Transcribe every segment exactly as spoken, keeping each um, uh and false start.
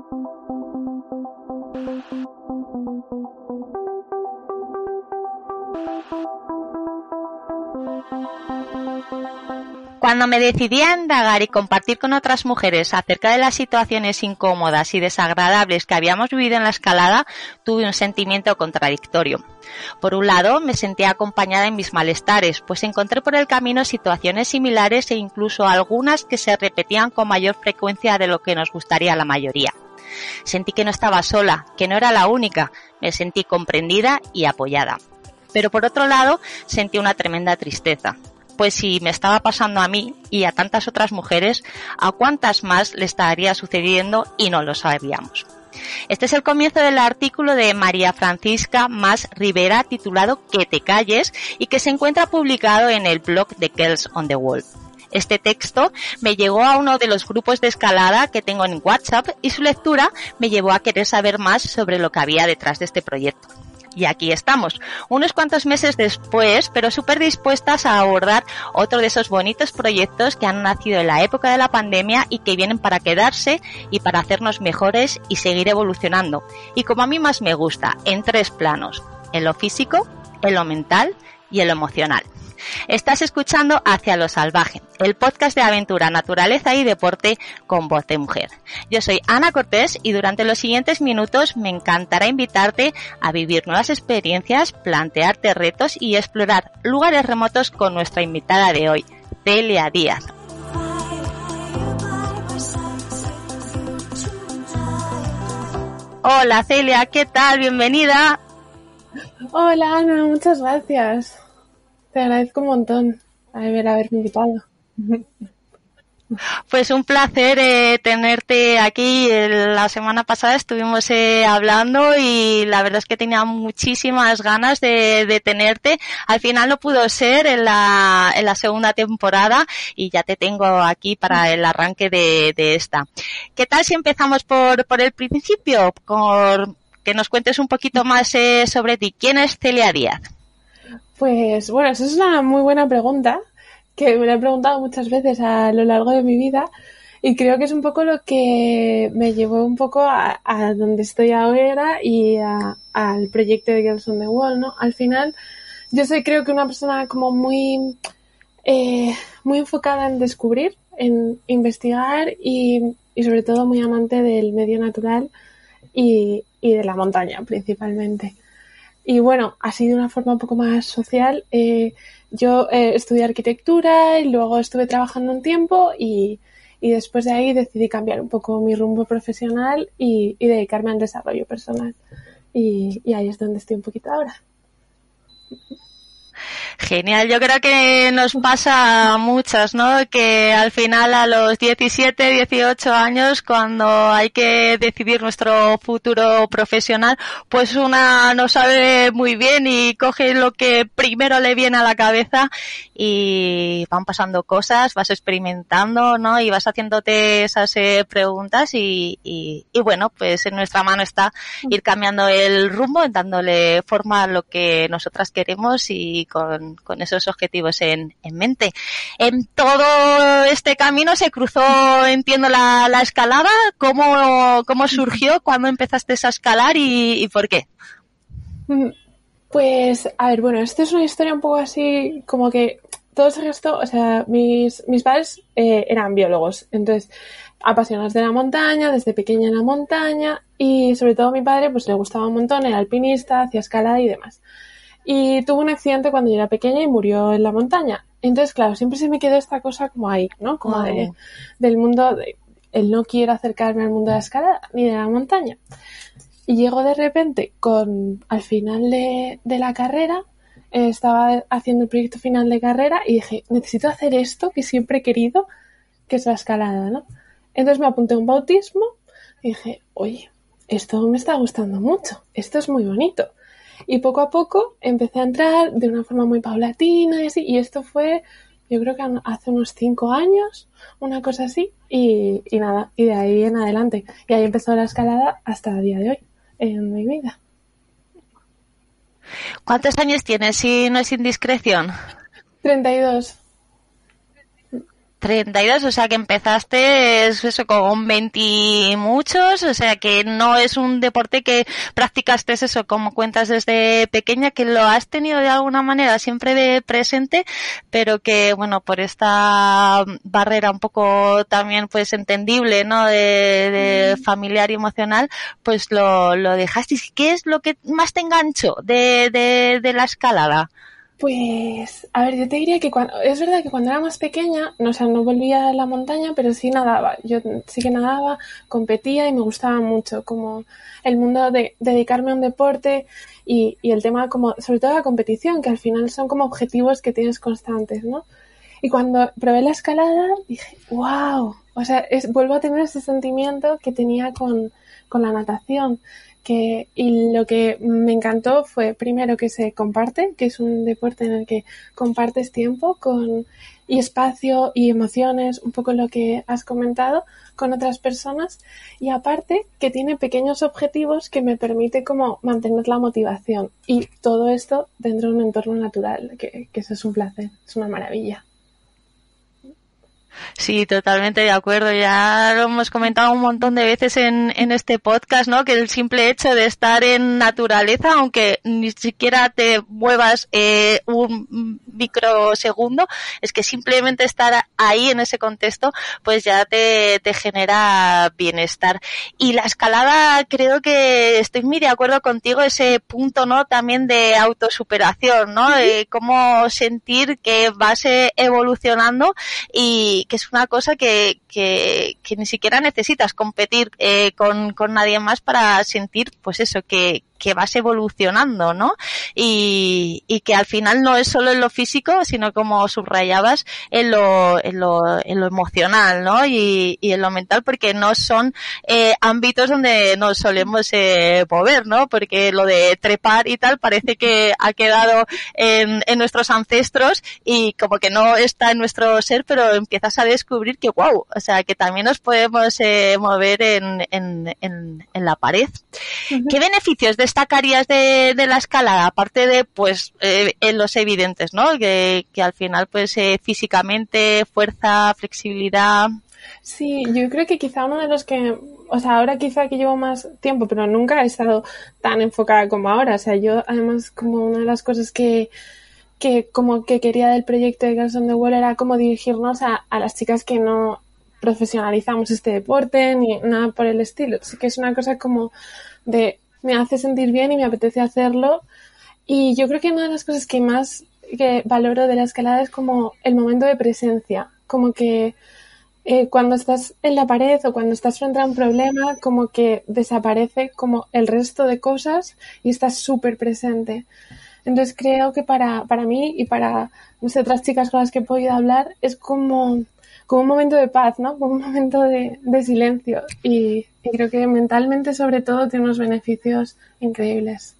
Cuando me decidí a indagar y compartir con otras mujeres acerca de las situaciones incómodas y desagradables que habíamos vivido en la escalada, tuve un sentimiento contradictorio. Por un lado, me sentía acompañada en mis malestares, pues encontré por el camino situaciones similares e incluso algunas que se repetían con mayor frecuencia de lo que nos gustaría a la mayoría. Sentí que no estaba sola, que no era la única, me sentí comprendida y apoyada. Pero por otro lado, sentí una tremenda tristeza. Pues si me estaba pasando a mí y a tantas otras mujeres, ¿a cuántas más le estaría sucediendo y no lo sabíamos? Este es el comienzo del artículo de María Francisca Mas Rivera titulado Que te calles y que se encuentra publicado en el blog de Girls on the Wall. Este texto me llegó a uno de los grupos de escalada que tengo en WhatsApp y su lectura me llevó a querer saber más sobre lo que había detrás de este proyecto. Y aquí estamos, unos cuantos meses después, pero súper dispuestas a abordar otro de esos bonitos proyectos que han nacido en la época de la pandemia y que vienen para quedarse y para hacernos mejores y seguir evolucionando. Y como a mí más me gusta, en tres planos, en lo físico, en lo mental y en lo emocional. Estás escuchando Hacia lo Salvaje, el podcast de aventura, naturaleza y deporte con voz de mujer. Yo soy Ana Cortés y durante los siguientes minutos me encantará invitarte a vivir nuevas experiencias, plantearte retos y explorar lugares remotos con nuestra invitada de hoy, Celia Díaz. Hola Celia, ¿qué tal? Bienvenida. Hola Ana, muchas gracias. Te agradezco un montón haber haberme invitado. Pues un placer eh, tenerte aquí. La semana pasada estuvimos eh, hablando y la verdad es que tenía muchísimas ganas de, de tenerte. Al final no pudo ser en la, en la segunda temporada y ya te tengo aquí para el arranque de, de esta. ¿Qué tal si empezamos por, por el principio? Por que nos cuentes un poquito más eh, sobre ti. ¿Quién es Celia Díaz? Pues bueno, esa es una muy buena pregunta que me la he preguntado muchas veces a lo largo de mi vida y creo que es un poco lo que me llevó un poco a, a donde estoy ahora y a, al proyecto de Girls on the Wall, ¿no? Al final, yo soy creo que una persona como muy, eh, muy enfocada en descubrir, en investigar y, y sobre todo muy amante del medio natural y, y de la montaña principalmente. Y bueno, así de una forma un poco más social, eh, yo eh, estudié arquitectura y luego estuve trabajando un tiempo y, y después de ahí decidí cambiar un poco mi rumbo profesional y, y dedicarme al desarrollo personal. Y, y ahí es donde estoy un poquito ahora. Genial, yo creo que nos pasa a muchas, ¿no? Que al final a los diecisiete, dieciocho años, cuando hay que decidir nuestro futuro profesional, pues una no sabe muy bien y coge lo que primero le viene a la cabeza y van pasando cosas, vas experimentando, ¿no? Y vas haciéndote esas eh, preguntas y, y, y bueno, pues en nuestra mano está ir cambiando el rumbo, dándole forma a lo que nosotras queremos y con, con esos objetivos en, en mente. En todo este camino se cruzó, entiendo, la, la escalada. ¿Cómo, cómo surgió? ¿Cuándo empezaste a escalar y, y por qué? Pues, a ver, bueno, esto es una historia un poco así, como que todo se gestó, o sea, mis, mis padres eh, eran biólogos, entonces apasionados de la montaña, desde pequeña en la montaña, y sobre todo a mi padre pues le gustaba un montón, era alpinista, hacía escalada y demás. Y tuvo un accidente cuando yo era pequeña y murió en la montaña. Entonces, claro, siempre se me quedó esta cosa como ahí, ¿no? Como oh. de, del mundo, de, el no quiero acercarme al mundo de la escalada ni de la montaña. Y llego de repente con, al final de, de la carrera, eh, estaba haciendo el proyecto final de carrera y dije, necesito hacer esto que siempre he querido, que es la escalada, ¿no? Entonces me apunté a un bautismo y dije, oye, esto me está gustando mucho, esto es muy bonito. Y poco a poco empecé a entrar de una forma muy paulatina y así, y esto fue, yo creo que hace unos cinco años, una cosa así, y, y nada, y de ahí en adelante. Y ahí empezó la escalada hasta el día de hoy, en mi vida. ¿Cuántos años tienes, si no es indiscreción? treinta y dos. treinta y dos, o sea que empezaste eso con veinte muchos, o sea que no es un deporte que practicaste eso como cuentas desde pequeña, que lo has tenido de alguna manera siempre de presente, pero que bueno, por esta barrera un poco también pues entendible, ¿no? De, de familiar y emocional, pues lo, lo dejaste. ¿Qué es lo que más te enganchó de, de, de la escalada? Pues, a ver, yo te diría que cuando, es verdad que cuando era más pequeña, no, o sea, no volvía a la montaña, pero sí nadaba. Yo sí que nadaba, competía y me gustaba mucho, como el mundo de dedicarme a un deporte y, y el tema como, sobre todo la competición, que al final son como objetivos que tienes constantes, ¿no? Y cuando probé la escalada, dije, wow, o sea, es, vuelvo a tener ese sentimiento que tenía con, con la natación. Que, y lo que me encantó fue primero que se comparte, que es un deporte en el que compartes tiempo con, y espacio y emociones, un poco lo que has comentado, con otras personas, y aparte que tiene pequeños objetivos que me permite como mantener la motivación, y todo esto dentro de un entorno natural, que, que eso es un placer, es una maravilla. Sí, totalmente de acuerdo. Ya lo hemos comentado un montón de veces en, en este podcast, ¿no? Que el simple hecho de estar en naturaleza, aunque ni siquiera te muevas eh, un microsegundo, es que simplemente estar ahí en ese contexto, pues ya te, te genera bienestar. Y la escalada, creo que estoy muy de acuerdo contigo, ese punto, ¿no? También de autosuperación, ¿no? De cómo sentir que vas evolucionando y que es una cosa que, que, que ni siquiera necesitas competir eh, con, con nadie más para sentir, pues eso, que, que vas evolucionando, ¿no? Y, y que al final no es solo en lo físico, sino como subrayabas, en lo, en lo, en lo emocional, ¿no? Y, y en lo mental, porque no son eh, ámbitos donde nos solemos eh, mover, ¿no? Porque lo de trepar y tal parece que ha quedado en, en nuestros ancestros y como que no está en nuestro ser, pero empiezas a descubrir que wow, o sea, que también nos podemos eh, mover en, en, en, en la pared. Uh-huh. ¿Qué beneficios destacarías de, de la escalada? Aparte de, pues, eh, en los evidentes, ¿no? Que, que al final, pues, eh, físicamente, fuerza, flexibilidad. Sí, yo creo que quizá uno de los que, o sea, ahora quizá que llevo más tiempo, pero nunca he estado tan enfocada como ahora. O sea, yo además como una de las cosas que que como que quería del proyecto de Girls on the Wall era como dirigirnos a, a las chicas que no profesionalizamos este deporte ni nada por el estilo. Así que es una cosa como de me hace sentir bien y me apetece hacerlo. Y yo creo que una de las cosas que más que valoro de la escalada es como el momento de presencia. Como que eh, cuando estás en la pared o cuando estás frente a un problema, como que desaparece como el resto de cosas y estás súper presente. Entonces creo que para, para mí y para no sé, otras chicas con las que he podido hablar es como, como un momento de paz, ¿no? Como un momento de, de silencio y, y creo que mentalmente sobre todo tiene unos beneficios increíbles.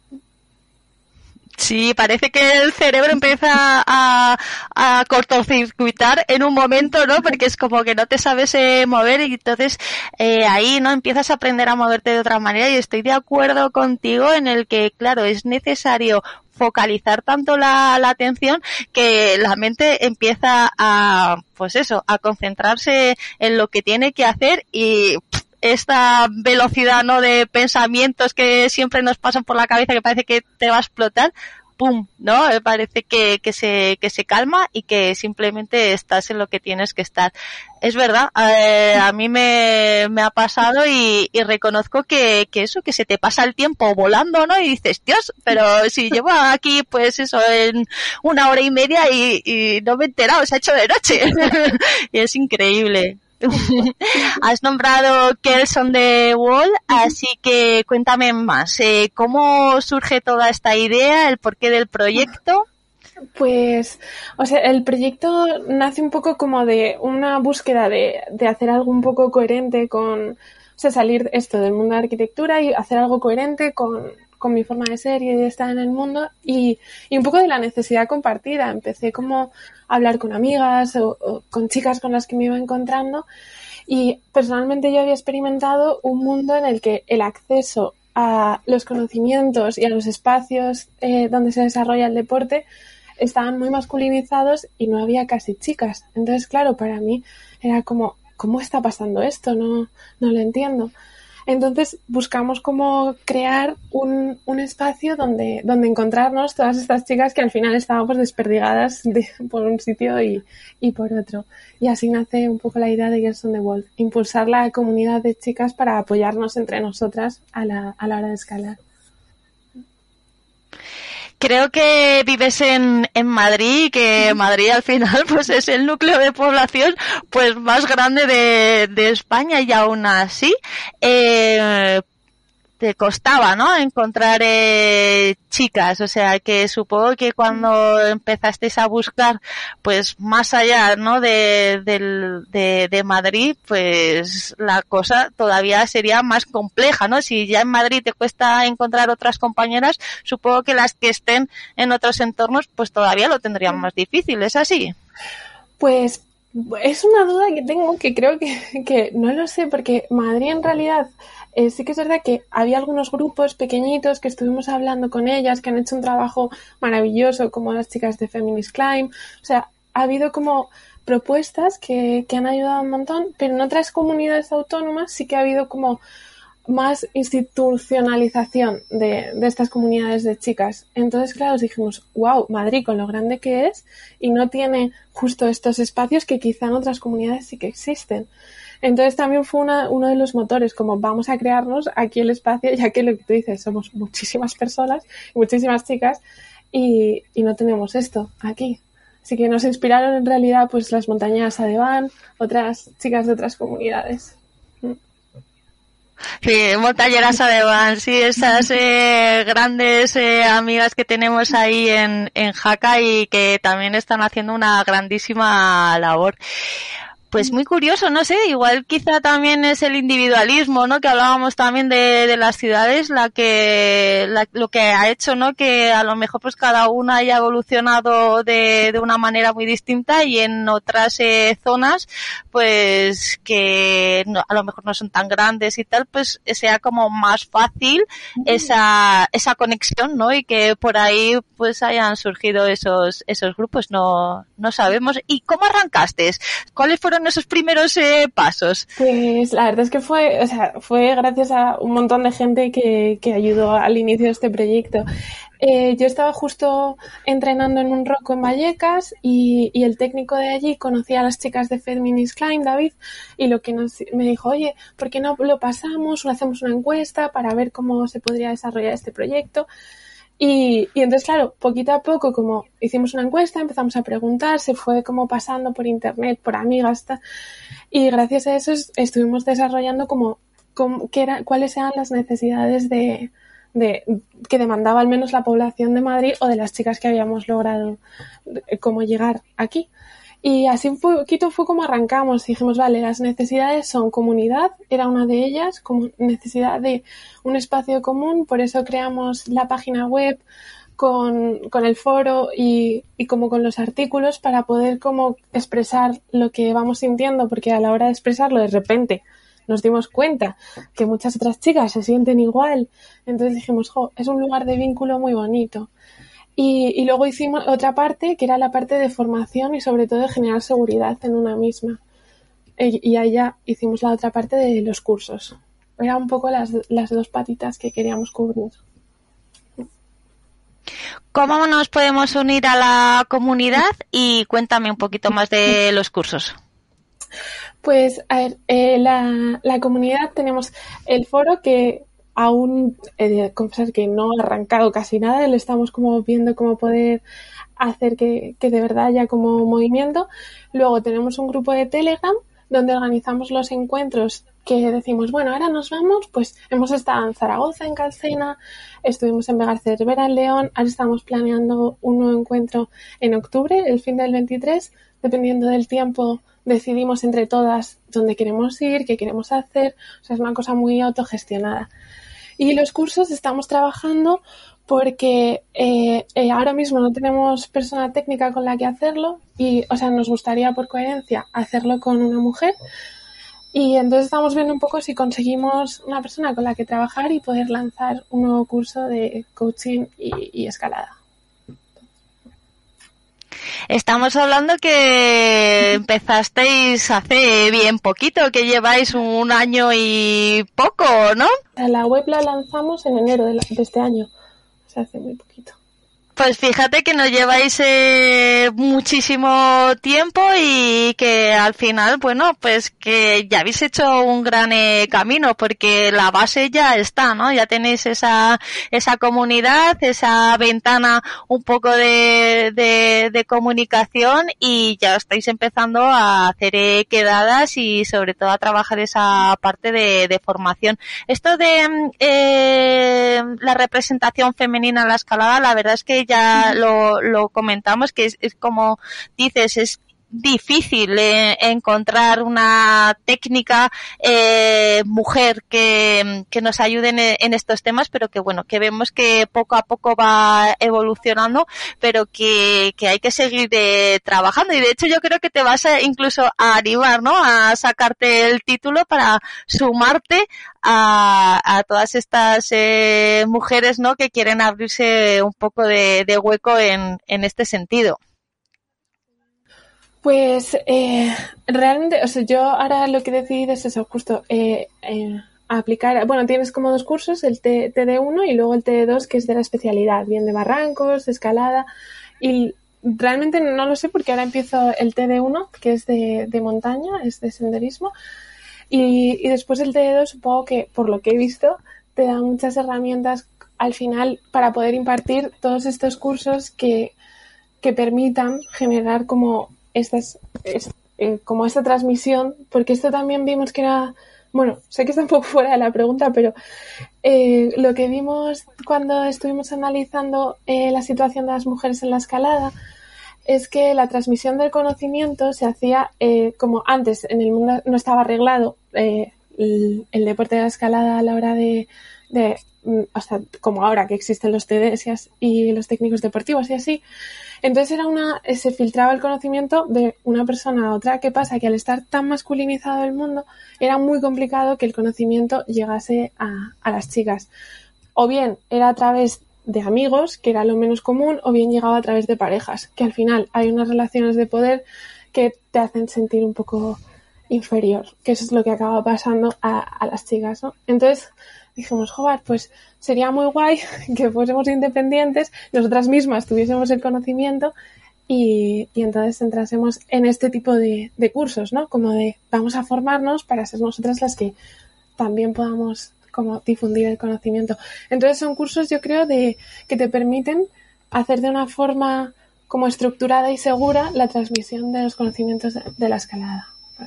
Sí, parece que el cerebro empieza a, a cortocircuitar en un momento, ¿no? Porque es como que no te sabes eh, mover y entonces eh, ahí, ¿no? Empiezas a aprender a moverte de otra manera y estoy de acuerdo contigo en el que, claro, es necesario focalizar tanto la, la atención que la mente empieza a, pues eso, a concentrarse en lo que tiene que hacer y pff, esta velocidad, ¿no? De pensamientos que siempre nos pasan por la cabeza que parece que te va a explotar, pum, ¿no? Me parece que, que se, que se calma y que simplemente estás en lo que tienes que estar. Es verdad, eh, a mí me, me ha pasado y, y reconozco que, que eso, que se te pasa el tiempo volando, ¿no? Y dices, Dios, pero si llevo aquí, pues eso, en una hora y media y, y no me he enterado, se ha hecho de noche. Y es increíble. Has nombrado Girls on the Wall, así que cuéntame más. Eh, ¿Cómo surge toda esta idea, el porqué del proyecto? Pues, o sea, el proyecto nace un poco como de una búsqueda de, de hacer algo un poco coherente con, o sea, salir esto del mundo de la arquitectura y hacer algo coherente con, con mi forma de ser y de estar en el mundo y, y un poco de la necesidad compartida. Empecé como a hablar con amigas o, o con chicas con las que me iba encontrando y personalmente yo había experimentado un mundo en el que el acceso a los conocimientos y a los espacios eh, donde se desarrolla el deporte estaban muy masculinizados y no había casi chicas. Entonces, claro, para mí era como, ¿cómo está pasando esto? No, no lo entiendo. Entonces buscamos como crear un, un espacio donde, donde encontrarnos todas estas chicas que al final estábamos desperdigadas de, por un sitio y, y por otro. Y así nace un poco la idea de Girls on the Wall, impulsar la comunidad de chicas para apoyarnos entre nosotras a la, a la hora de escalar. Creo que vives en, en Madrid, que Madrid al final pues es el núcleo de población pues más grande de, de España, y aún así eh, te costaba, ¿no?, encontrar eh, chicas, o sea que supongo que cuando empezasteis a buscar pues más allá, ¿no?, de, de, de, de Madrid, pues la cosa todavía sería más compleja, ¿no? Si ya en Madrid te cuesta encontrar otras compañeras, supongo que las que estén en otros entornos pues todavía lo tendrían más difícil, ¿es así? Pues es una duda que tengo, que creo que, que no lo sé, porque Madrid en realidad eh, sí que es verdad que había algunos grupos pequeñitos que estuvimos hablando con ellas, que han hecho un trabajo maravilloso, como las chicas de Feminist Climb. O sea, ha habido como propuestas que, que han ayudado un montón, pero en otras comunidades autónomas sí que ha habido como más institucionalización de, de estas comunidades de chicas. Entonces, claro, dijimos, wow, Madrid con lo grande que es y no tiene justo estos espacios que quizá en otras comunidades sí que existen. Entonces también fue una, uno de los motores, como vamos a crearnos aquí el espacio, ya que lo que tú dices, somos muchísimas personas, muchísimas chicas, y, y no tenemos esto aquí. Así que nos inspiraron en realidad pues las montañeras Adeban, otras chicas de otras comunidades. Sí, montañeras Adeban, sí, esas eh, grandes eh, amigas que tenemos ahí en, en Jaca y que también están haciendo una grandísima labor. Pues muy curioso, no sé, igual quizá también es el individualismo, ¿no?, que hablábamos también de, de las ciudades, la que, la, lo que ha hecho, ¿no?, que a lo mejor pues cada una haya evolucionado de, de una manera muy distinta, y en otras eh, zonas, pues que no, a lo mejor no son tan grandes y tal, pues sea como más fácil esa, esa conexión, ¿no?, y que por ahí pues hayan surgido esos, esos grupos, no, no sabemos. ¿Y cómo arrancaste? ¿Cuáles fueron esos primeros eh, pasos? Pues la verdad es que fue, o sea, fue gracias a un montón de gente que, que ayudó al inicio de este proyecto. Eh, yo estaba justo entrenando en un roco en Vallecas y, y el técnico de allí conocía a las chicas de Feminist Climb, David, y lo que nos, me dijo, oye, ¿por qué no lo pasamos o hacemos una encuesta para ver cómo se podría desarrollar este proyecto? Y, y entonces, claro, poquito a poco, como hicimos una encuesta, empezamos a preguntar, se fue como pasando por internet, por amigas, ta, y gracias a eso estuvimos desarrollando como, como qué era, cuáles eran las necesidades de, de que demandaba al menos la población de Madrid o de las chicas que habíamos logrado como llegar aquí. Y así un poquito fue como arrancamos. Dijimos, vale, las necesidades son comunidad, era una de ellas, como necesidad de un espacio común, por eso creamos la página web con, con el foro y, y como con los artículos para poder como expresar lo que vamos sintiendo, porque a la hora de expresarlo de repente nos dimos cuenta que muchas otras chicas se sienten igual. Entonces dijimos, jo, es un lugar de vínculo muy bonito. Y, y luego hicimos otra parte, que era la parte de formación y sobre todo de generar seguridad en una misma. E, y allá hicimos la otra parte de los cursos. Eran un poco las, las dos patitas que queríamos cubrir. ¿Cómo nos podemos unir a la comunidad? Y cuéntame un poquito más de los cursos. Pues, a ver, eh, la, la comunidad tenemos el foro que aún he de confesar que no ha arrancado casi nada, le estamos como viendo cómo poder hacer que, que de verdad haya como movimiento. Luego tenemos un grupo de Telegram donde organizamos los encuentros que decimos, bueno, ahora nos vamos, pues hemos estado en Zaragoza, en Calcena, estuvimos en Vega Cervera, en León, ahora estamos planeando un nuevo encuentro en octubre, el fin del veintitrés, dependiendo del tiempo decidimos entre todas dónde queremos ir, qué queremos hacer, o sea, es una cosa muy autogestionada. Y los cursos estamos trabajando porque eh, eh, ahora mismo no tenemos persona técnica con la que hacerlo y, o sea, nos gustaría por coherencia hacerlo con una mujer y entonces estamos viendo un poco si conseguimos una persona con la que trabajar y poder lanzar un nuevo curso de coaching y, y escalada. Estamos hablando que empezasteis hace bien poquito, que lleváis un año y poco, ¿no? La web la lanzamos en enero de, la, de este año, o sea, hace muy poquito. Pues fíjate que nos lleváis eh, muchísimo tiempo y que al final, bueno, pues que ya habéis hecho un gran eh, camino, porque la base ya está, ¿no? Ya tenéis esa esa comunidad, esa ventana un poco de, de, de comunicación y ya estáis empezando a hacer eh, quedadas y sobre todo a trabajar esa parte de, de formación. Esto de eh, la representación femenina en la escalada, la verdad es que ya lo, lo comentamos, que es, es como dices, es difícil eh, encontrar una técnica eh, mujer que, que nos ayude en, en estos temas, pero que bueno, que vemos que poco a poco va evolucionando, pero que, que hay que seguir eh, trabajando, y de hecho yo creo que te vas a, incluso a animar, ¿no? A sacarte el título para sumarte a, a todas estas eh, mujeres, ¿no? Que quieren abrirse un poco de, de hueco en, en este sentido. Pues eh, realmente, o sea, yo ahora lo que he decidido es eso, justo eh, eh, aplicar, bueno, tienes como dos cursos, el T D uno y luego el T D dos, que es de la especialidad, bien de barrancos, de escalada, y realmente no lo sé porque ahora empiezo el T D uno, que es de, de montaña, es de senderismo, y, y después el T D dos, supongo que, por lo que he visto, te da muchas herramientas al final para poder impartir todos estos cursos que, que permitan generar como estas es, eh, como esta transmisión, porque esto también vimos que era, bueno, sé que está un poco fuera de la pregunta, pero eh, lo que vimos cuando estuvimos analizando eh, la situación de las mujeres en la escalada es que la transmisión del conocimiento se hacía eh, como antes en el mundo no estaba arreglado eh, el, el deporte de la escalada a la hora de, de o sea, como ahora que existen los T Ds y los técnicos deportivos y así. Entonces era una, se filtraba el conocimiento de una persona a otra. ¿Qué pasa? Que al estar tan masculinizado el mundo, era muy complicado que el conocimiento llegase a, a las chicas. O bien era a través de amigos, que era lo menos común, o bien llegaba a través de parejas, que al final hay unas relaciones de poder que te hacen sentir un poco inferior, que eso es lo que acaba pasando a, a las chicas, ¿no? Entonces dijimos, joder, pues sería muy guay que fuésemos independientes, nosotras mismas tuviésemos el conocimiento y, y entonces entrásemos en este tipo de, de cursos, ¿no? Como de vamos a formarnos para ser nosotras las que también podamos como difundir el conocimiento. Entonces son cursos, yo creo, de que te permiten hacer de una forma como estructurada y segura la transmisión de los conocimientos de, de la escalada.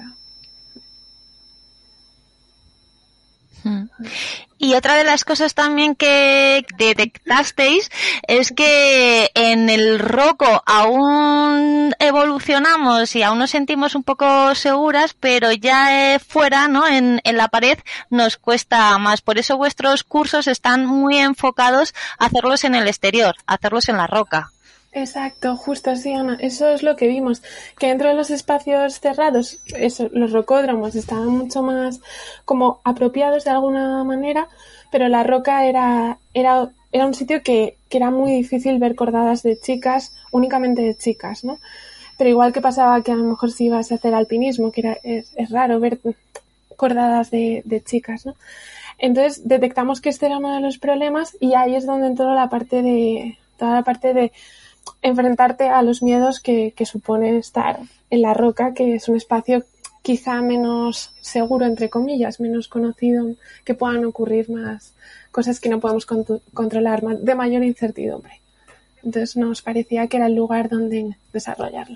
Y otra de las cosas también que detectasteis es que en el roco aún evolucionamos y aún nos sentimos un poco seguras, pero ya eh, fuera, ¿no? En, en la pared nos cuesta más. Por eso vuestros cursos están muy enfocados a hacerlos en el exterior, a hacerlos en la roca. Exacto, justo así, Ana. Eso es lo que vimos, que dentro de los espacios cerrados, eso, los rocódromos estaban mucho más como apropiados de alguna manera, pero la roca era era era un sitio que, que era muy difícil ver cordadas de chicas, únicamente de chicas, ¿no? Pero igual que pasaba que a lo mejor si ibas a hacer alpinismo, que era es, es raro ver cordadas de, de chicas, ¿no? Entonces detectamos que este era uno de los problemas y ahí es donde entró la parte de toda la parte de enfrentarte a los miedos que, que supone estar en la roca, que es un espacio quizá menos seguro, entre comillas, menos conocido, que puedan ocurrir más cosas que no podemos cont- controlar, de mayor incertidumbre. Entonces nos parecía que era el lugar donde desarrollarlo.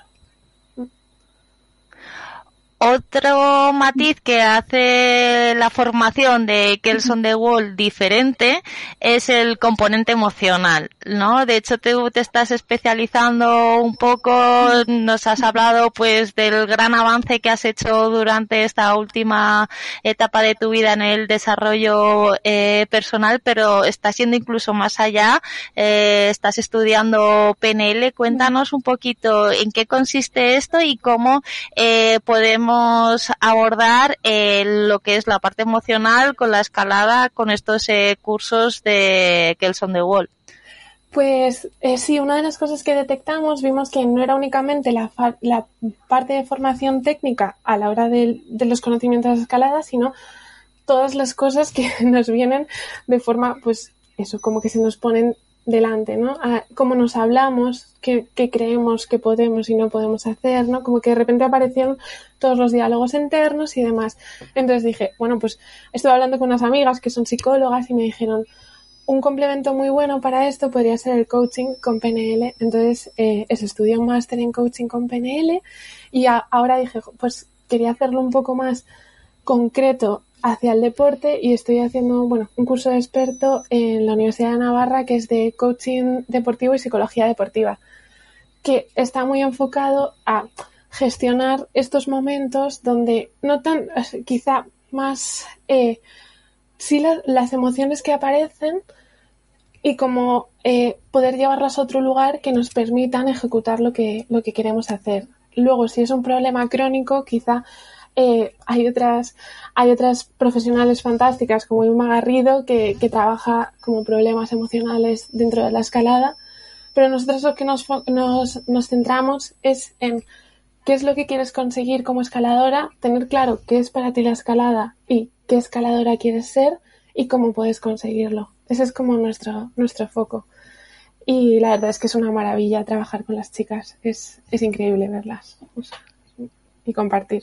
Otro matiz que hace la formación de Girls on the Wall diferente es el componente emocional, ¿no? De hecho, te, te estás especializando un poco, nos has hablado pues del gran avance que has hecho durante esta última etapa de tu vida en el desarrollo eh, personal, pero estás yendo incluso más allá, eh, estás estudiando P N L. Cuéntanos un poquito en qué consiste esto y cómo eh, podemos abordar eh, lo que es la parte emocional con la escalada, con estos eh, cursos de Girls on the Wall. Pues eh, sí, una de las cosas que detectamos, vimos que no era únicamente la, fa- la parte de formación técnica a la hora de, de los conocimientos de escalada, sino todas las cosas que nos vienen de forma, pues eso, como que se nos ponen delante, ¿no? A cómo nos hablamos, qué, qué creemos que podemos y no podemos hacer, ¿no? Como que de repente aparecieron todos los diálogos internos y demás. Entonces dije, bueno, pues estuve hablando con unas amigas que son psicólogas y me dijeron, un complemento muy bueno para esto podría ser el coaching con P N L. Entonces, eh, eso, estudié un máster en coaching con P N L y a, ahora dije, pues quería hacerlo un poco más concreto hacia el deporte y estoy haciendo, bueno, un curso de experto en la Universidad de Navarra que es de coaching deportivo y psicología deportiva, que está muy enfocado a gestionar estos momentos donde no tan, quizá más, eh, sí la, las emociones que aparecen y como eh, poder llevarlas a otro lugar que nos permitan ejecutar lo que, lo que queremos hacer. Luego, si es un problema crónico, quizá eh, hay otras hay otras profesionales fantásticas como Inma Garrido que, que trabaja como problemas emocionales dentro de la escalada, pero nosotros lo que nos, nos, nos centramos es en qué es lo que quieres conseguir como escaladora, tener claro qué es para ti la escalada y qué escaladora quieres ser y cómo puedes conseguirlo. Ese es como nuestro, nuestro foco. Y la verdad es que es una maravilla trabajar con las chicas. Es, es increíble verlas, o sea, y compartir.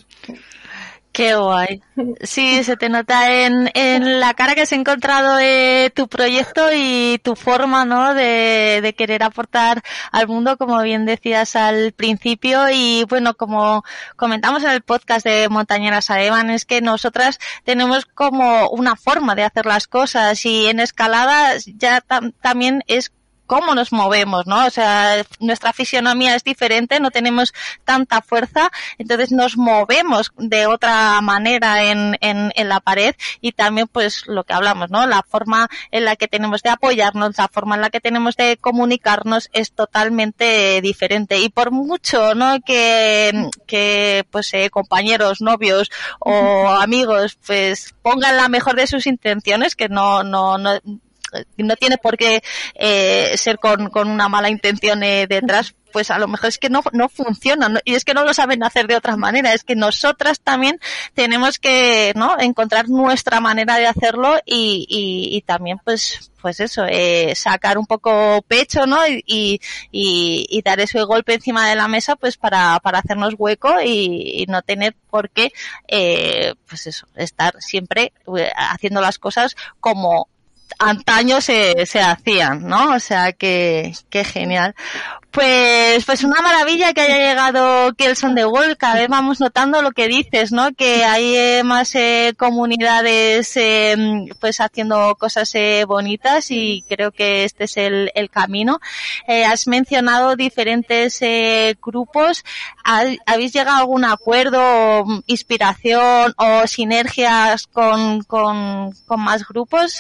Qué guay. Sí, se te nota en, en la cara que has encontrado de tu proyecto y tu forma, ¿no? De, de querer aportar al mundo, como bien decías al principio. Y bueno, como comentamos en el podcast de Montañeras Arevan, es que nosotras tenemos como una forma de hacer las cosas y en escalada ya tam- también es cómo nos movemos, ¿no? O sea, nuestra fisionomía es diferente, no tenemos tanta fuerza, entonces nos movemos de otra manera en, en, en la pared y también pues lo que hablamos, ¿no? La forma en la que tenemos de apoyarnos, la forma en la que tenemos de comunicarnos es totalmente diferente y por mucho, ¿no? Que, que pues eh, compañeros, novios o amigos pues pongan la mejor de sus intenciones, que no, no, no no tiene por qué eh, ser con, con una mala intención eh, detrás, pues a lo mejor es que no, no funciona, ¿no? Y es que no lo saben hacer de otra manera, es que nosotras también tenemos que, ¿no? Encontrar nuestra manera de hacerlo y, y, y también pues pues eso, eh, sacar un poco pecho, ¿no? Y, y, y dar ese golpe encima de la mesa pues para, para hacernos hueco y, y no tener por qué eh, pues eso, estar siempre eh, haciendo las cosas como antaño se, se hacían, ¿no? O sea, que, que genial. Pues, pues una maravilla que haya llegado Kelson de Wolf. Cada vez vamos notando lo que dices, ¿no? Que hay eh, más eh, comunidades, eh, pues haciendo cosas eh, bonitas y creo que este es el, el camino. Eh, has mencionado diferentes eh, grupos. ¿Habéis llegado a algún acuerdo, inspiración o sinergias con, con, con más grupos?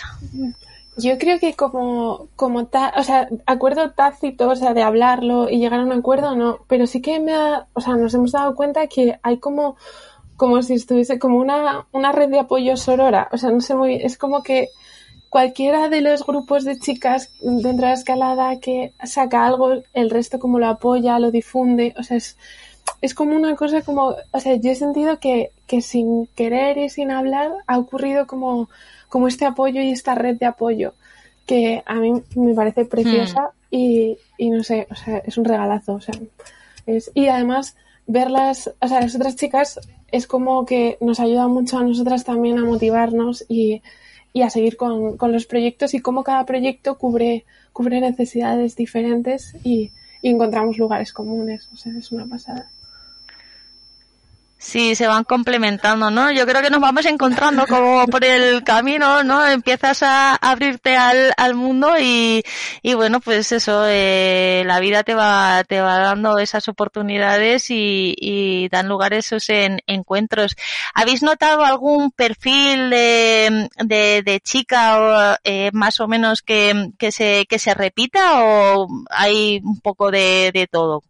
Yo creo que como, como ta, o sea, acuerdo tácito, o sea, de hablarlo y llegar a un acuerdo, no, pero sí que me ha, o sea, nos hemos dado cuenta que hay como, como si estuviese como una, una red de apoyo sorora, o sea, no sé muy bien, es como que cualquiera de los grupos de chicas dentro de la escalada que saca algo, el resto como lo apoya, lo difunde, o sea, es, es como una cosa como, o sea, yo he sentido que, que sin querer y sin hablar ha ocurrido como, como este apoyo y esta red de apoyo que a mí me parece preciosa hmm. y, y no sé, o sea, es un regalazo, o sea, es, y además verlas, o sea, las otras chicas es como que nos ayuda mucho a nosotras también a motivarnos y, y a seguir con, con los proyectos y cómo cada proyecto cubre, cubre necesidades diferentes y, y encontramos lugares comunes, o sea, es una pasada. Sí, se van complementando, ¿no? Yo creo que nos vamos encontrando como por el camino, ¿no? Empiezas a abrirte al, al mundo y, y bueno, pues eso, eh, la vida te va, te va dando esas oportunidades y, y dan lugar a esos en, encuentros. ¿Habéis notado algún perfil de, de, de chica o, eh, más o menos que, que se, que se repita o hay un poco de, de todo?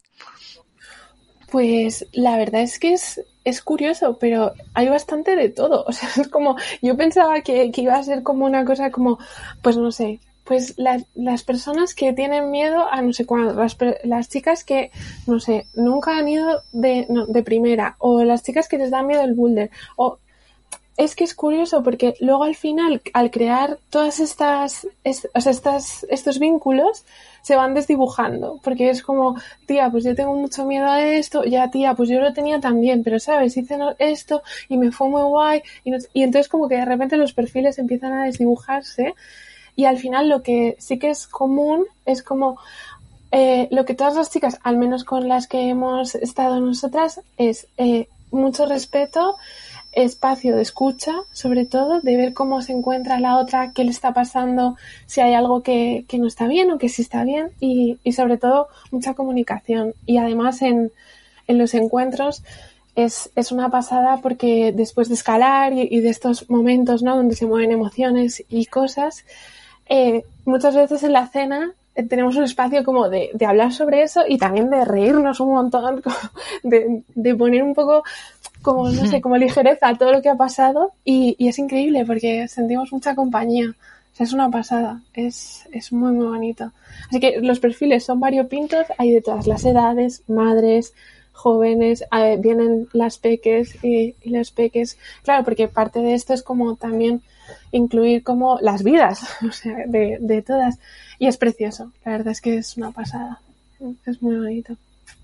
Pues la verdad es que es, es curioso, pero hay bastante de todo. O sea, es como, yo pensaba que, que iba a ser como una cosa como, pues no sé, pues la, las personas que tienen miedo a no sé cuándo, las, las chicas que, no sé, nunca han ido de, no, de primera, o las chicas que les da miedo el boulder, o... Es que es curioso porque luego al final, al crear todas estas, est- o sea, estas, estos vínculos, se van desdibujando. Porque es como, tía, pues yo tengo mucho miedo a esto, ya tía, pues yo lo tenía también, pero sabes, hice no- esto y me fue muy guay. Y, no- y entonces como que de repente los perfiles empiezan a desdibujarse y al final lo que sí que es común es como, eh, lo que todas las chicas, al menos con las que hemos estado nosotras, es eh, mucho respeto, espacio de escucha, sobre todo, de ver cómo se encuentra la otra, qué le está pasando, si hay algo que, que no está bien o que sí está bien, y, y sobre todo mucha comunicación. Y además en, en los encuentros es, es una pasada porque después de escalar y, y de estos momentos, ¿no?, donde se mueven emociones y cosas, eh, muchas veces en la cena eh, tenemos un espacio como de, de hablar sobre eso y también de reírnos un montón, de, de poner un poco como, no sé, como ligereza a todo lo que ha pasado y, y es increíble porque sentimos mucha compañía. O sea, es una pasada, es, es muy, muy bonito. Así que los perfiles son variopintos, hay de todas las edades, madres, jóvenes, eh, vienen las peques y, y los peques. Claro, porque parte de esto es como también incluir como las vidas, o sea, de, de todas. Y es precioso, la verdad es que es una pasada, es muy bonito.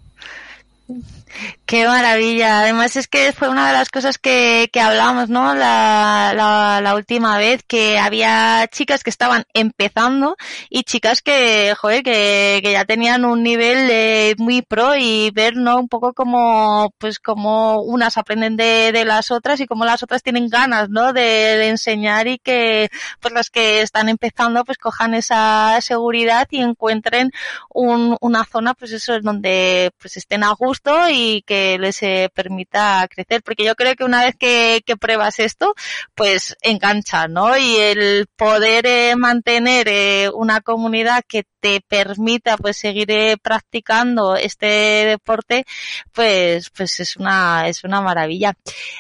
Qué maravilla. Además es que fue una de las cosas que, que hablamos, ¿no? La, la, la última vez, que había chicas que estaban empezando y chicas que, joder, que, que ya tenían un nivel eh, muy pro, y ver, ¿no?, un poco como, pues como unas aprenden de, de las otras y como las otras tienen ganas, ¿no?, de, de enseñar, y que pues las que están empezando pues cojan esa seguridad y encuentren un, una zona, pues eso, es donde pues estén a gusto y que les eh, permita crecer, porque yo creo que una vez que, que pruebas esto, pues engancha, ¿no? Y el poder eh, mantener eh, una comunidad que te permita pues seguir eh, practicando este deporte, pues pues es una es una maravilla.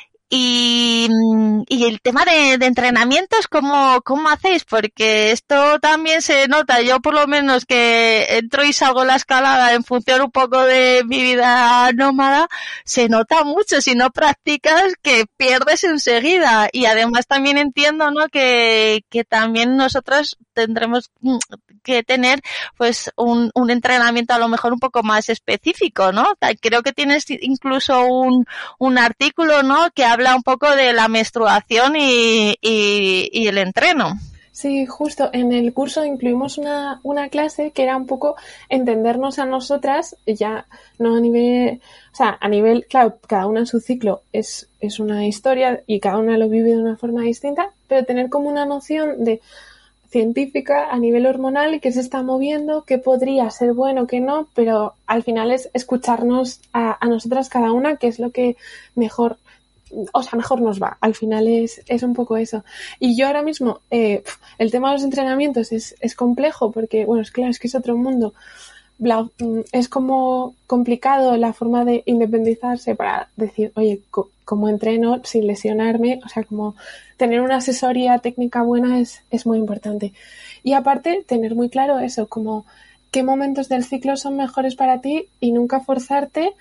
Y, y el tema de, de entrenamientos, ¿cómo, ¿cómo hacéis? Porque esto también se nota, yo por lo menos que entro y salgo la escalada en función un poco de mi vida nómada, se nota mucho. Si no practicas, que pierdes enseguida. Y además también entiendo, ¿no?, que, que también nosotros tendremos que tener pues un, un entrenamiento a lo mejor un poco más específico, ¿no? Creo que tienes incluso un, un artículo, ¿no?, que habla un poco de la menstruación y, y, y el entreno. Sí, justo en el curso incluimos una, una clase que era un poco entendernos a nosotras, ya no a nivel, o sea, a nivel, claro, cada una en su ciclo es, es una historia y cada una lo vive de una forma distinta, pero tener como una noción de científica a nivel hormonal, que se está moviendo, que podría ser bueno, que no, pero al final es escucharnos a, a nosotras cada una, que es lo que mejor, o sea, mejor nos va. Al final es, es un poco eso. Y yo ahora mismo, eh, el tema de los entrenamientos es, es complejo porque, bueno, es claro, es que es otro mundo. La, es como complicado la forma de independizarse para decir, oye, co- ¿cómo entreno sin lesionarme? O sea, como tener una asesoría técnica buena es, es muy importante. Y aparte, tener muy claro eso, como qué momentos del ciclo son mejores para ti y nunca forzarte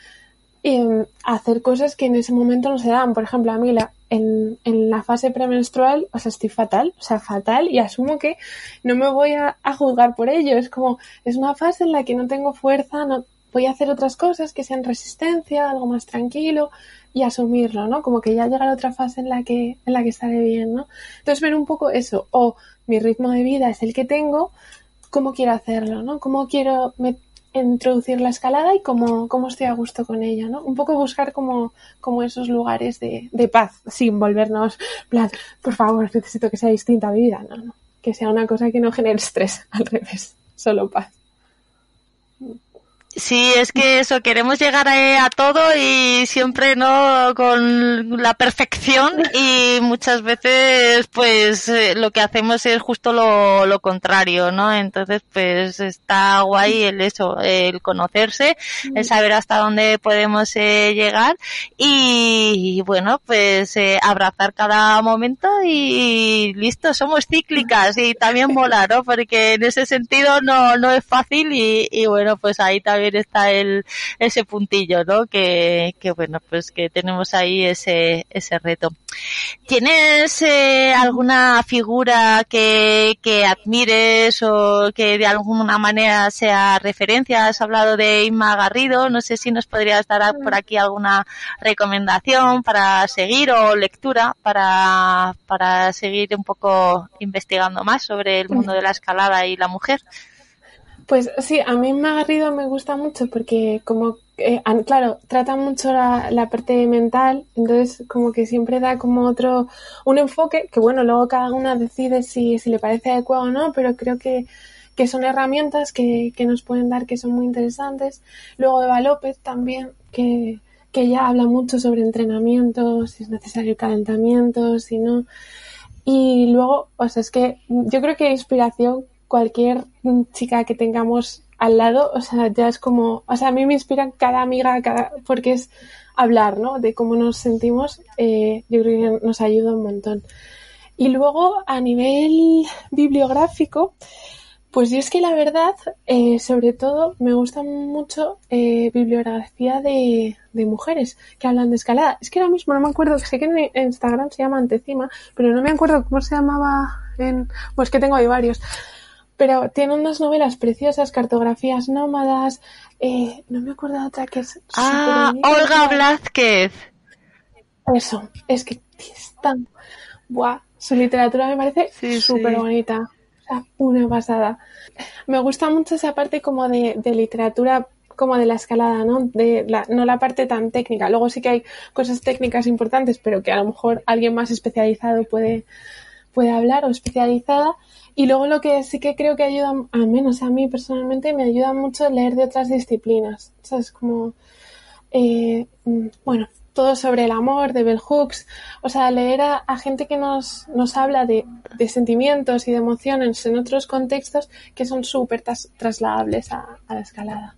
en hacer cosas que en ese momento no se dan. Por ejemplo, a mí la, en, en la fase premenstrual, o sea, estoy fatal, o sea, fatal, y asumo que no me voy a, a juzgar por ello. Es como, es una fase en la que no tengo fuerza, no voy a hacer otras cosas que sean resistencia, algo más tranquilo, y asumirlo, ¿no? Como que ya llegará otra fase en la que, en la que estaré bien, ¿no? Entonces ver un poco eso, o mi ritmo de vida es el que tengo, cómo quiero hacerlo, ¿no? Cómo quiero me, introducir la escalada y cómo, cómo estoy a gusto con ella, ¿no? Un poco buscar como, como esos lugares de, de paz, sin volvernos, plan, por favor, necesito que sea distinta mi vida, no, no, que sea una cosa que no genere estrés, al revés, solo paz. Sí, es que eso, queremos llegar a, a todo y siempre no con la perfección y muchas veces pues eh, lo que hacemos es justo lo, lo contrario, ¿no? Entonces pues está guay el eso, el conocerse, el saber hasta dónde podemos eh, llegar y, y bueno pues eh, abrazar cada momento y listo, somos cíclicas y también mola, ¿no? Porque en ese sentido no, no es fácil y, y bueno pues ahí también está el ese puntillo, ¿no? Que, que bueno, pues que tenemos ahí ese ese reto. ¿Tienes eh, alguna figura que, que admires o que de alguna manera sea referencia? Has hablado de Inma Garrido, no sé si nos podrías dar por aquí alguna recomendación para seguir o lectura para, para seguir un poco investigando más sobre el mundo de la escalada y la mujer. Pues sí, a mí Inma Garrido me gusta mucho porque como, eh, claro, trata mucho la, la parte mental, entonces como que siempre da como otro, un enfoque que bueno, luego cada una decide si, si le parece adecuado o no, pero creo que, que son herramientas que, que nos pueden dar que son muy interesantes. Luego Eva López también, que, que ella habla mucho sobre entrenamiento, si es necesario calentamiento, si no. Y luego, o sea, es que yo creo que inspiración cualquier chica que tengamos al lado, o sea, ya es como, o sea, a mí me inspiran cada amiga, cada, porque es hablar, ¿no? De cómo nos sentimos, eh, yo creo que nos ayuda un montón. Y luego, a nivel bibliográfico, pues yo es que la verdad, eh, sobre todo, me gusta mucho eh, bibliografía de, de mujeres que hablan de escalada. Es que ahora mismo no me acuerdo, sé que en Instagram se llama Antecima, pero no me acuerdo cómo se llamaba en... Pues que tengo ahí varios. Pero tiene unas novelas preciosas, cartografías nómadas, eh, no me acuerdo de otra que es... Ah, Olga Blázquez. Eso, es que es tan... Buah, su literatura me parece sí, súper sí. bonita. O sea, una pasada. Me gusta mucho esa parte como de, de literatura, como de la escalada, ¿no? De la, no la parte tan técnica. Luego sí que hay cosas técnicas importantes, pero que a lo mejor alguien más especializado puede, puede hablar o especializada. Y luego lo que sí que creo que ayuda, al menos a mí personalmente, me ayuda mucho leer de otras disciplinas. O sea, es como, eh, bueno, todo sobre el amor, de Bell Hooks. O sea, leer a, a gente que nos, nos habla de, de sentimientos y de emociones en otros contextos que son súper tras, trasladables a, a la escalada.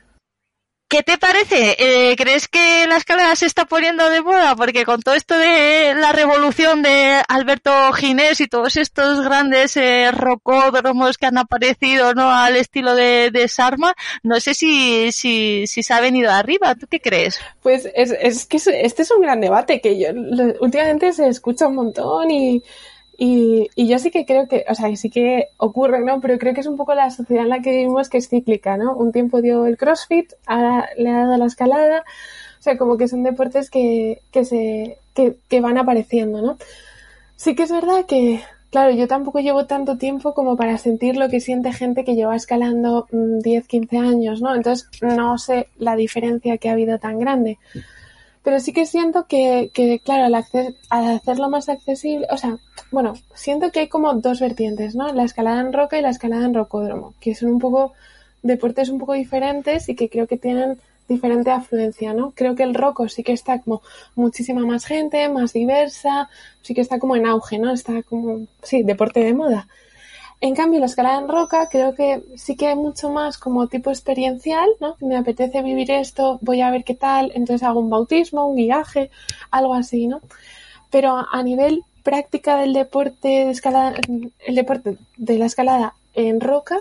¿Qué te parece? Eh, ¿Crees que la escalada se está poniendo de moda? Porque con todo esto de la revolución de Alberto Ginés y todos estos grandes eh, rocódromos que han aparecido, ¿no? Al estilo de, de Sarma, no sé si, si, si se ha venido arriba. ¿Tú qué crees? Pues es, es que este es un gran debate que yo lo, últimamente se escucha un montón y... Y, y yo sí que creo que, o sea, sí que ocurre, ¿no? Pero creo que es un poco la sociedad en la que vivimos que es cíclica, ¿no? Un tiempo dio el CrossFit, ahora le ha dado la escalada, o sea, como que son deportes que, que se, que, que van apareciendo, ¿no? Sí que es verdad que, claro, yo tampoco llevo tanto tiempo como para sentir lo que siente gente que lleva escalando mmm, diez, quince años, ¿no? Entonces, no sé la diferencia que ha habido tan grande. Pero sí que siento que, que claro, al, acces- al hacerlo más accesible, o sea, bueno, siento que hay como dos vertientes, ¿no? La escalada en roca y la escalada en rocódromo, que son un poco deportes un poco diferentes y que creo que tienen diferente afluencia, ¿no? Creo que el roco sí que está como muchísima más gente, más diversa, sí que está como en auge, ¿no? Está como, sí, deporte de moda. En cambio, la escalada en roca creo que sí que hay mucho más como tipo experiencial, ¿no? Me apetece vivir esto, voy a ver qué tal, entonces hago un bautismo, un guiaje, algo así, ¿no? Pero a nivel práctica del deporte de escalada, el deporte de la escalada en roca,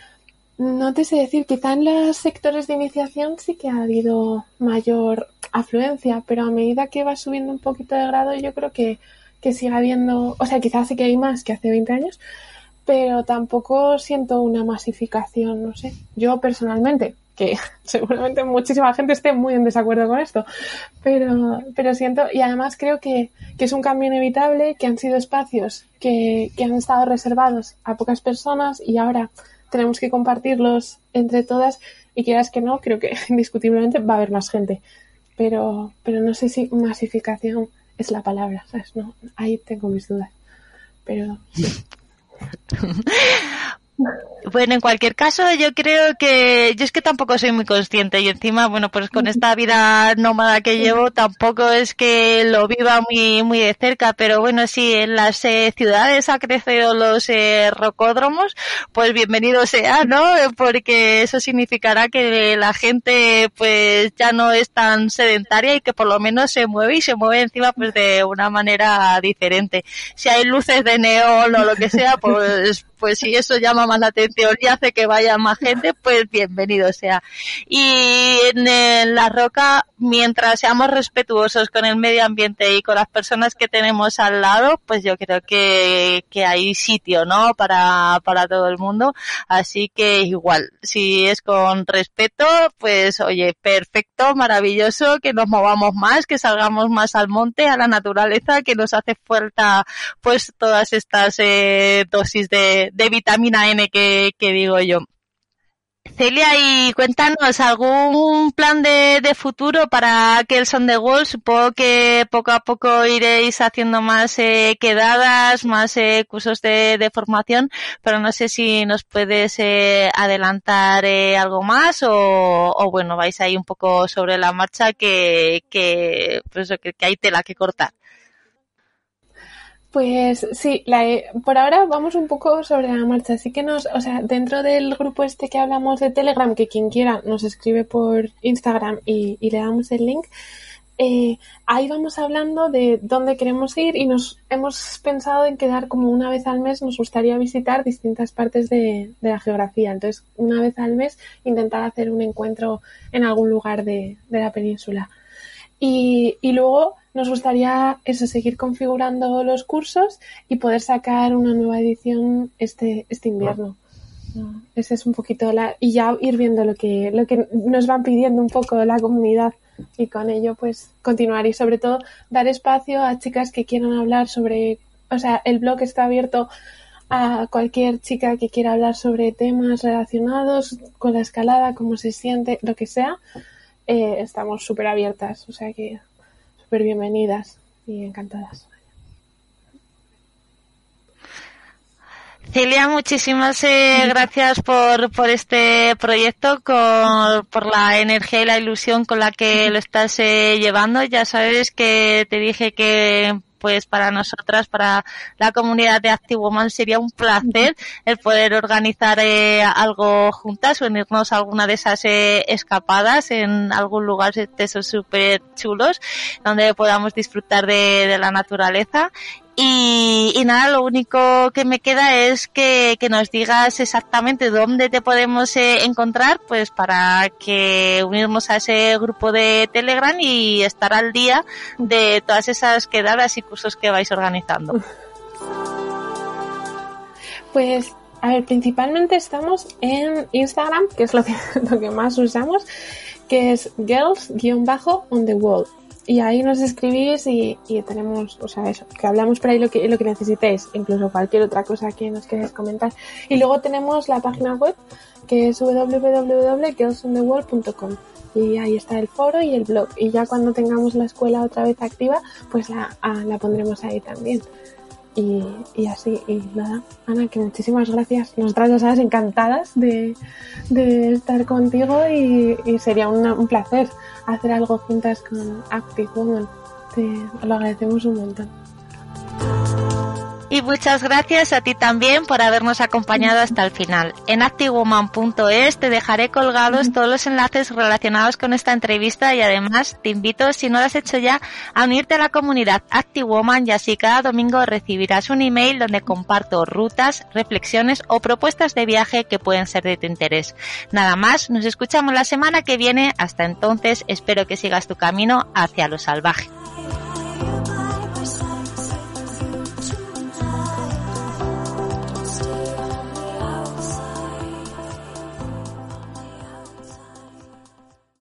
no te sé decir, quizá en los sectores de iniciación sí que ha habido mayor afluencia, pero a medida que va subiendo un poquito de grado yo creo que, que sigue habiendo, o sea, quizás sí que hay más que hace veinte años, pero tampoco siento una masificación, no sé. Yo personalmente, que seguramente muchísima gente esté muy en desacuerdo con esto, pero, pero siento, y además creo que, que es un cambio inevitable, que han sido espacios que, que han estado reservados a pocas personas y ahora tenemos que compartirlos entre todas y quieras que no, creo que indiscutiblemente va a haber más gente. Pero, pero no sé si masificación es la palabra, ¿sabes? No, ahí tengo mis dudas. Pero sí. Bueno, en cualquier caso, yo creo que yo es que tampoco soy muy consciente y encima, bueno, pues con esta vida nómada que llevo tampoco es que lo viva muy muy de cerca, pero bueno, si en las eh, ciudades ha crecido los eh, rocódromos, pues bienvenido sea, ¿no? Porque eso significará que la gente pues ya no es tan sedentaria y que por lo menos se mueve y se mueve encima pues de una manera diferente. Si hay luces de neón o lo que sea, pues pues si eso llama más la atención y hace que vaya más gente, pues bienvenido sea. Y en, en La Roca, mientras seamos respetuosos con el medio ambiente y con las personas que tenemos al lado, pues yo creo que, que hay sitio, ¿no? Para, para todo el mundo. Así que igual, si es con respeto, pues oye, perfecto, maravilloso, que nos movamos más, que salgamos más al monte, a la naturaleza, que nos hace falta pues todas estas eh, dosis de de vitamina N que, que digo yo. Celia, y cuéntanos algún plan de, de futuro para Girls on the Wall. Supongo que poco a poco iréis haciendo más eh, quedadas, más eh, cursos de, de formación, pero no sé si nos puedes eh, adelantar eh, algo más o, o bueno, vais ahí un poco sobre la marcha que, que, pues, que, que hay tela que cortar. Pues sí, la, por ahora vamos un poco sobre la marcha, así que nos, o sea, dentro del grupo este que hablamos de Telegram, que quien quiera nos escribe por Instagram y, y le damos el link, eh, ahí vamos hablando de dónde queremos ir y nos hemos pensado en quedar como una vez al mes, nos gustaría visitar distintas partes de, de la geografía, entonces una vez al mes intentar hacer un encuentro en algún lugar de, de la península. Y, y luego nos gustaría eso, seguir configurando los cursos y poder sacar una nueva edición este este invierno. No, ese es un poquito la y ya ir viendo lo que lo que nos van pidiendo un poco la comunidad y con ello pues continuar y sobre todo dar espacio a chicas que quieran hablar sobre, o sea, el blog está abierto a cualquier chica que quiera hablar sobre temas relacionados con la escalada, cómo se siente, lo que sea. Eh, estamos súper abiertas, o sea que súper bienvenidas y encantadas. Celia, muchísimas eh, gracias por, por este proyecto, con, por la energía y la ilusión con la que lo estás eh, llevando. Ya sabes que te dije que pues para nosotras, para la comunidad de Active Woman, sería un placer el poder organizar eh, algo juntas, unirnos a alguna de esas eh, escapadas en algún lugar de esos súper chulos, donde podamos disfrutar de, de la naturaleza. Y, y nada, lo único que me queda es que, que nos digas exactamente dónde te podemos eh, encontrar, pues para que unirnos a ese grupo de Telegram y estar al día de todas esas quedadas y cursos que vais organizando. Pues, a ver, principalmente estamos en Instagram, que es lo que, lo que más usamos, que es girls-on the wall. Y ahí nos escribís y, y tenemos, o sea, eso, que hablamos por ahí lo que, lo que necesitéis, incluso cualquier otra cosa que nos queráis comentar. Y luego tenemos la página web, que es w w w punto girls on the wall punto com. Y ahí está el foro y el blog. Y ya cuando tengamos la escuela otra vez activa, pues la, ah, la pondremos ahí también. Y, y así, y nada, Ana, que muchísimas gracias. Nosotras ya sabes, encantadas de, de estar contigo y, y sería una, un placer hacer algo juntas con Active Woman. Te lo agradecemos un montón. Y muchas gracias a ti también por habernos acompañado hasta el final. En active woman punto es te dejaré colgados todos los enlaces relacionados con esta entrevista y además te invito, si no lo has hecho ya, a unirte a la comunidad Active Woman y así cada domingo recibirás un email donde comparto rutas, reflexiones o propuestas de viaje que pueden ser de tu interés. Nada más, nos escuchamos la semana que viene. Hasta entonces, espero que sigas tu camino hacia lo salvaje.